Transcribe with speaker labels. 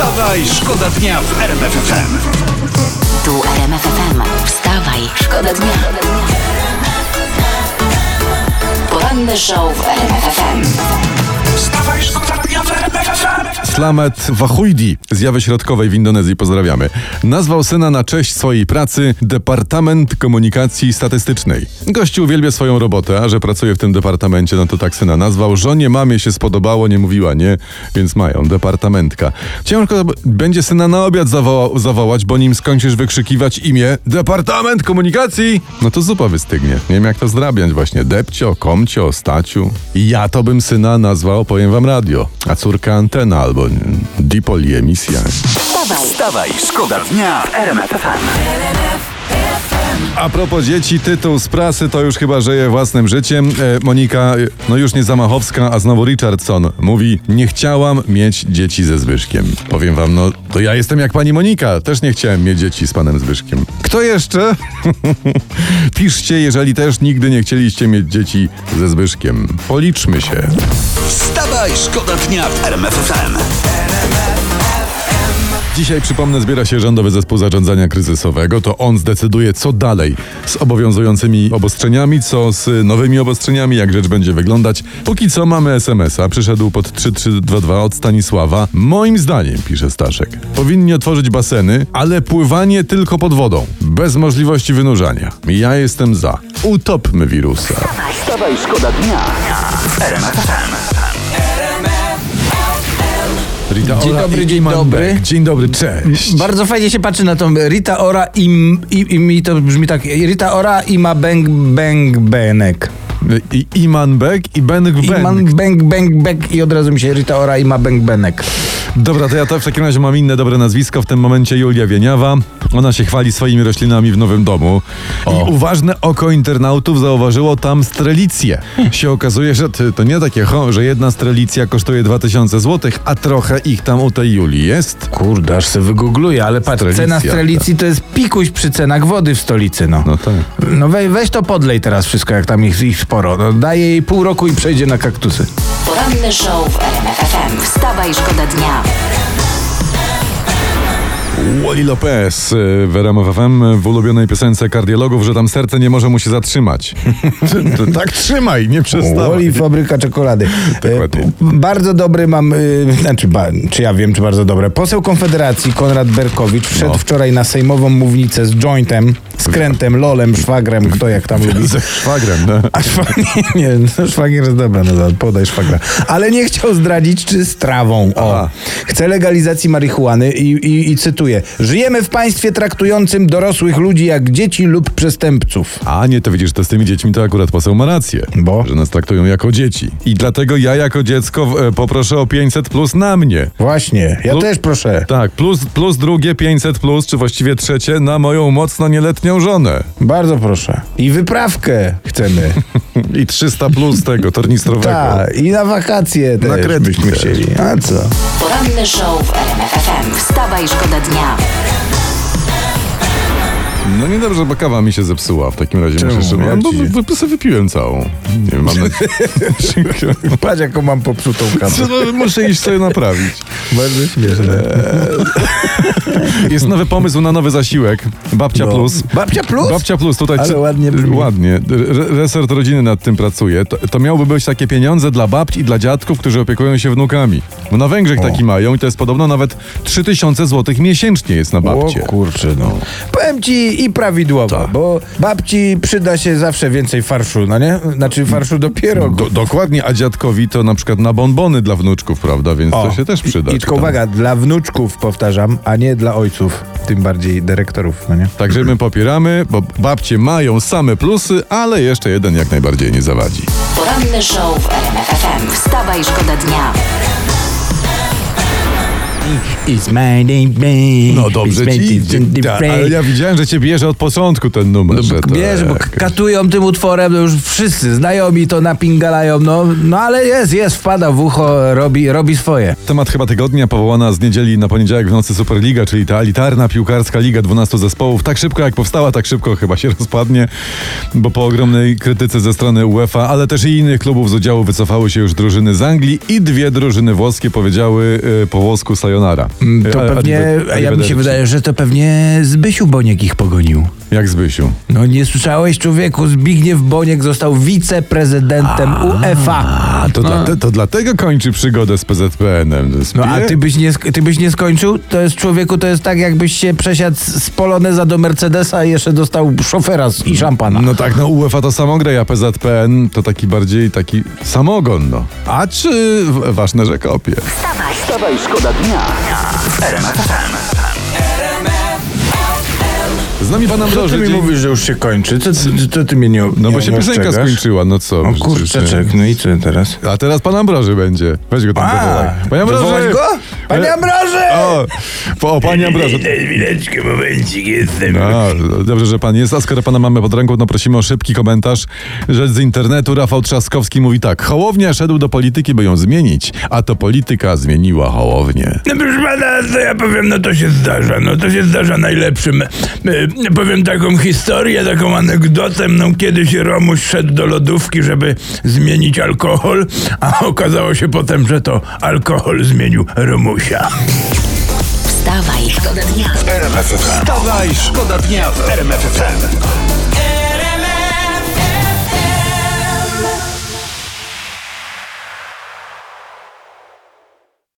Speaker 1: Wstawaj, szkoda dnia w RMF FM.
Speaker 2: Tu RMF FM. Wstawaj, szkoda dnia. Poranny show w RMF FM.
Speaker 1: Wstawaj, szkoda dnia w RMF FM.
Speaker 3: Slamet Wahujdi z Jawy Środkowej w Indonezji, pozdrawiamy, nazwał syna na cześć swojej pracy Departament Komunikacji Statystycznej. Gościu uwielbia swoją robotę, a że pracuje w tym departamencie, no to tak syna nazwał. Żonie, mamie się spodobało, nie mówiła nie, więc mają departamentka. Ciężko będzie syna na obiad zawołać, bo nim skończysz wykrzykiwać imię Departament Komunikacji, no to zupa wystygnie. Nie wiem jak to zdrabiać właśnie. Depcio, komcio, staciu. I ja to bym syna nazwał, powiem wam, radio, a córka antena albo Dipoli emisja.
Speaker 1: Wstawaj, szkoda dnia w RMF FM.
Speaker 3: A propos dzieci, tytuł z prasy to już chyba żyje własnym życiem. Monika, no już nie Zamachowska, a znowu Richardson mówi: nie chciałam mieć dzieci ze Zbyszkiem. Powiem wam, no to ja jestem jak pani Monika, też nie chciałem mieć dzieci z panem Zbyszkiem. Kto jeszcze? Piszcie, jeżeli też nigdy nie chcieliście mieć dzieci ze Zbyszkiem. Policzmy się.
Speaker 1: Wstawaj, szkoda dnia w RMF FM.
Speaker 3: Dzisiaj, przypomnę, zbiera się Rządowy Zespół Zarządzania Kryzysowego. To on zdecyduje, co dalej z obowiązującymi obostrzeniami, co z nowymi obostrzeniami, jak rzecz będzie wyglądać. Póki co mamy SMS-a. Przyszedł pod 3322 od Stanisława. Moim zdaniem, pisze Staszek, powinni otworzyć baseny, ale pływanie tylko pod wodą, bez możliwości wynurzania. Ja jestem za. Utopmy wirusa.
Speaker 1: Wstawaj, szkoda dnia w RMF FM.
Speaker 3: Rita
Speaker 4: Dzień
Speaker 3: Ora
Speaker 4: dobry,
Speaker 3: i
Speaker 4: dzień
Speaker 3: Iman
Speaker 4: dobry.
Speaker 3: Beck. Dzień dobry, cześć.
Speaker 4: Bardzo fajnie się patrzy na tą Rita Ora i mi to brzmi tak: Rita Ora i ma bang bang benek.
Speaker 3: Iman Beck i Benek
Speaker 4: I man bang bang bang i od razu mi się Rita Ora i ma bang benek.
Speaker 3: Dobra, to ja w takim razie mam inne dobre nazwisko. W tym momencie Julia Wieniawa. Ona się chwali swoimi roślinami w nowym domu. I uważne oko internautów zauważyło tam strelicję. Się okazuje, że to nie takie, że jedna strelicja kosztuje 2000 zł, a trochę ich tam u tej Julii jest.
Speaker 4: Kurde, aż se wygoogluję, ale patrz,
Speaker 3: Strelicja,
Speaker 4: cena strelicji to jest pikuś przy cenach wody w stolicy, no.
Speaker 3: No tak.
Speaker 4: No weź to podlej teraz wszystko, jak tam ich sporo. No, daję jej pół roku i przejdzie na kaktusy.
Speaker 2: Poranny show w RMF FM. Wstawaj, szkoda dnia.
Speaker 3: Wally Lopez w RMF FM w ulubionej piosence kardiologów, że tam serce nie może mu się zatrzymać. Tak trzymaj, nie przestawaj.
Speaker 4: Woli fabryka czekolady.
Speaker 3: Dokładnie.
Speaker 4: Bardzo dobry mam, czy ja wiem, czy bardzo dobre. Poseł Konfederacji Konrad Berkowicz wszedł wczoraj na sejmową mównicę z jointem, skrętem, lolem, szwagrem, kto jak tam lubi.
Speaker 3: Ze szwagrem, no.
Speaker 4: A szwagier jest dobra, no podaj szwagra. Ale nie chciał zdradzić, czy z trawą.
Speaker 3: Aha.
Speaker 4: Chce legalizacji marihuany i cytuję: żyjemy w państwie traktującym dorosłych ludzi jak dzieci lub przestępców.
Speaker 3: A nie, to widzisz, to z tymi dziećmi to akurat poseł ma rację.
Speaker 4: Bo?
Speaker 3: Że nas traktują jako dzieci. I dlatego ja jako dziecko poproszę o 500 plus na mnie.
Speaker 4: Właśnie, ja też proszę.
Speaker 3: Tak, plus drugie 500 plus, czy właściwie trzecie, na moją mocno nieletnią żonę.
Speaker 4: Bardzo proszę. I wyprawkę chcemy.
Speaker 3: I 300 plus tego tornistrowego.
Speaker 4: Tak, i na wakacje też
Speaker 3: Na kredki
Speaker 4: byśmy
Speaker 3: też.
Speaker 4: chcieli. A co?
Speaker 2: Poranny show w RMF FM. Wstawaj, szkoda dnia.
Speaker 3: No niedobrze, bo kawa mi się zepsuła w takim razie.
Speaker 4: Czemu?
Speaker 3: Muszę szybko,
Speaker 4: Jak
Speaker 3: bo
Speaker 4: ci się-
Speaker 3: wypiłem całą. Nie wiem, mam nadzieję.
Speaker 4: Patrz, jaką mam popsutą kawę.
Speaker 3: Muszę iść sobie naprawić.
Speaker 4: Bardzo śmieszne.
Speaker 3: Jest nowy pomysł na nowy zasiłek. Babcia Plus.
Speaker 4: Babcia Plus?
Speaker 3: Babcia Plus, tutaj
Speaker 4: Ale ładnie brzmi.
Speaker 3: ładnie. Resort rodziny nad tym pracuje. To miałoby być takie pieniądze dla babci i dla dziadków, którzy opiekują się wnukami. Bo na Węgrzech taki mają i to jest podobno nawet 3000 zł miesięcznie jest na babcie.
Speaker 4: O kurczę, no. Powiem ci i prawidłowo,
Speaker 3: Tak.
Speaker 4: bo babci przyda się zawsze więcej farszu, no nie? Znaczy farszu do pierogów.
Speaker 3: Dokładnie, a dziadkowi to na przykład na bonbony dla wnuczków, prawda? Więc to się też przyda.
Speaker 4: I tylko uwaga, dla wnuczków powtarzam, a nie dla ojców, tym bardziej dyrektorów, no nie?
Speaker 3: Także my popieramy, bo babcie mają same plusy, ale jeszcze jeden jak najbardziej nie zawadzi.
Speaker 2: Poranny show w RMF FM. Wstawaj, szkoda dnia.
Speaker 4: It's my name.
Speaker 3: No dobrze ci idzie. Ale ja widziałem, że cię bierze od początku ten numer. że to
Speaker 4: Wiesz, bo
Speaker 3: jakaś-
Speaker 4: katują tym utworem, no już wszyscy znajomi to napingalają, no ale jest, wpada w ucho, robi swoje.
Speaker 3: Temat chyba tygodnia, powołana z niedzieli na poniedziałek w nocy Superliga, czyli ta elitarna piłkarska liga 12 zespołów. Tak szybko jak powstała, tak szybko chyba się rozpadnie, bo po ogromnej krytyce ze strony UEFA, ale też i innych klubów z udziału wycofały się już drużyny z Anglii i 2 drużyny włoskie powiedziały po włosku sayonara.
Speaker 4: To pewnie, a ja mi się wydaje, że to pewnie Zbysiu Boniek ich pogonił.
Speaker 3: Jak Zbysiu.
Speaker 4: No nie słyszałeś, człowieku, Zbigniew Boniek został wiceprezydentem UEFA.
Speaker 3: A to dlatego kończy przygodę z PZPN-em.
Speaker 4: No a ty byś nie skończył? To jest, człowieku, to jest tak, jakbyś się przesiadł z Poloneza do Mercedesa i jeszcze dostał szofera i szampana.
Speaker 3: No tak, no UEFA to samograj, a PZPN to taki bardziej taki samogon, no. A czy ważne, że kopie?
Speaker 1: Wstawaj, szkoda dnia w RMF FM.
Speaker 3: Z nami pan
Speaker 4: Co
Speaker 3: Ambroży.
Speaker 4: ty mi mówisz, że już się kończy? Co ty mnie nie
Speaker 3: No bo się
Speaker 4: nie
Speaker 3: piosenka
Speaker 4: ostrzegasz?
Speaker 3: skończyła, no co?
Speaker 4: O kurczeczek, no i co teraz?
Speaker 3: A teraz pan Ambroży będzie. Weź go tam zawołaj. Panie Ambroży!
Speaker 4: Wywołać go? Panie Ambroży!
Speaker 3: O, panie Ambroży.
Speaker 4: Chwileczkę, momencik, jestem.
Speaker 3: No, dobrze, że pan jest, a skoro pana mamy pod ręką, to prosimy o szybki komentarz. Rzecz z internetu, Rafał Trzaskowski mówi tak. Hołownia szedł do polityki, by ją zmienić, a to polityka zmieniła Hołownię.
Speaker 5: No proszę pana, co ja powiem, no to się zdarza, najlepszym. Powiem taką historię, taką anegdotę, no kiedyś Romuś szedł do lodówki, żeby zmienić alkohol, a okazało się potem, że to alkohol zmienił Romusia.
Speaker 2: Wstawaj, szkoda dnia.
Speaker 1: Wstawaj, szkoda dnia w RMF FM.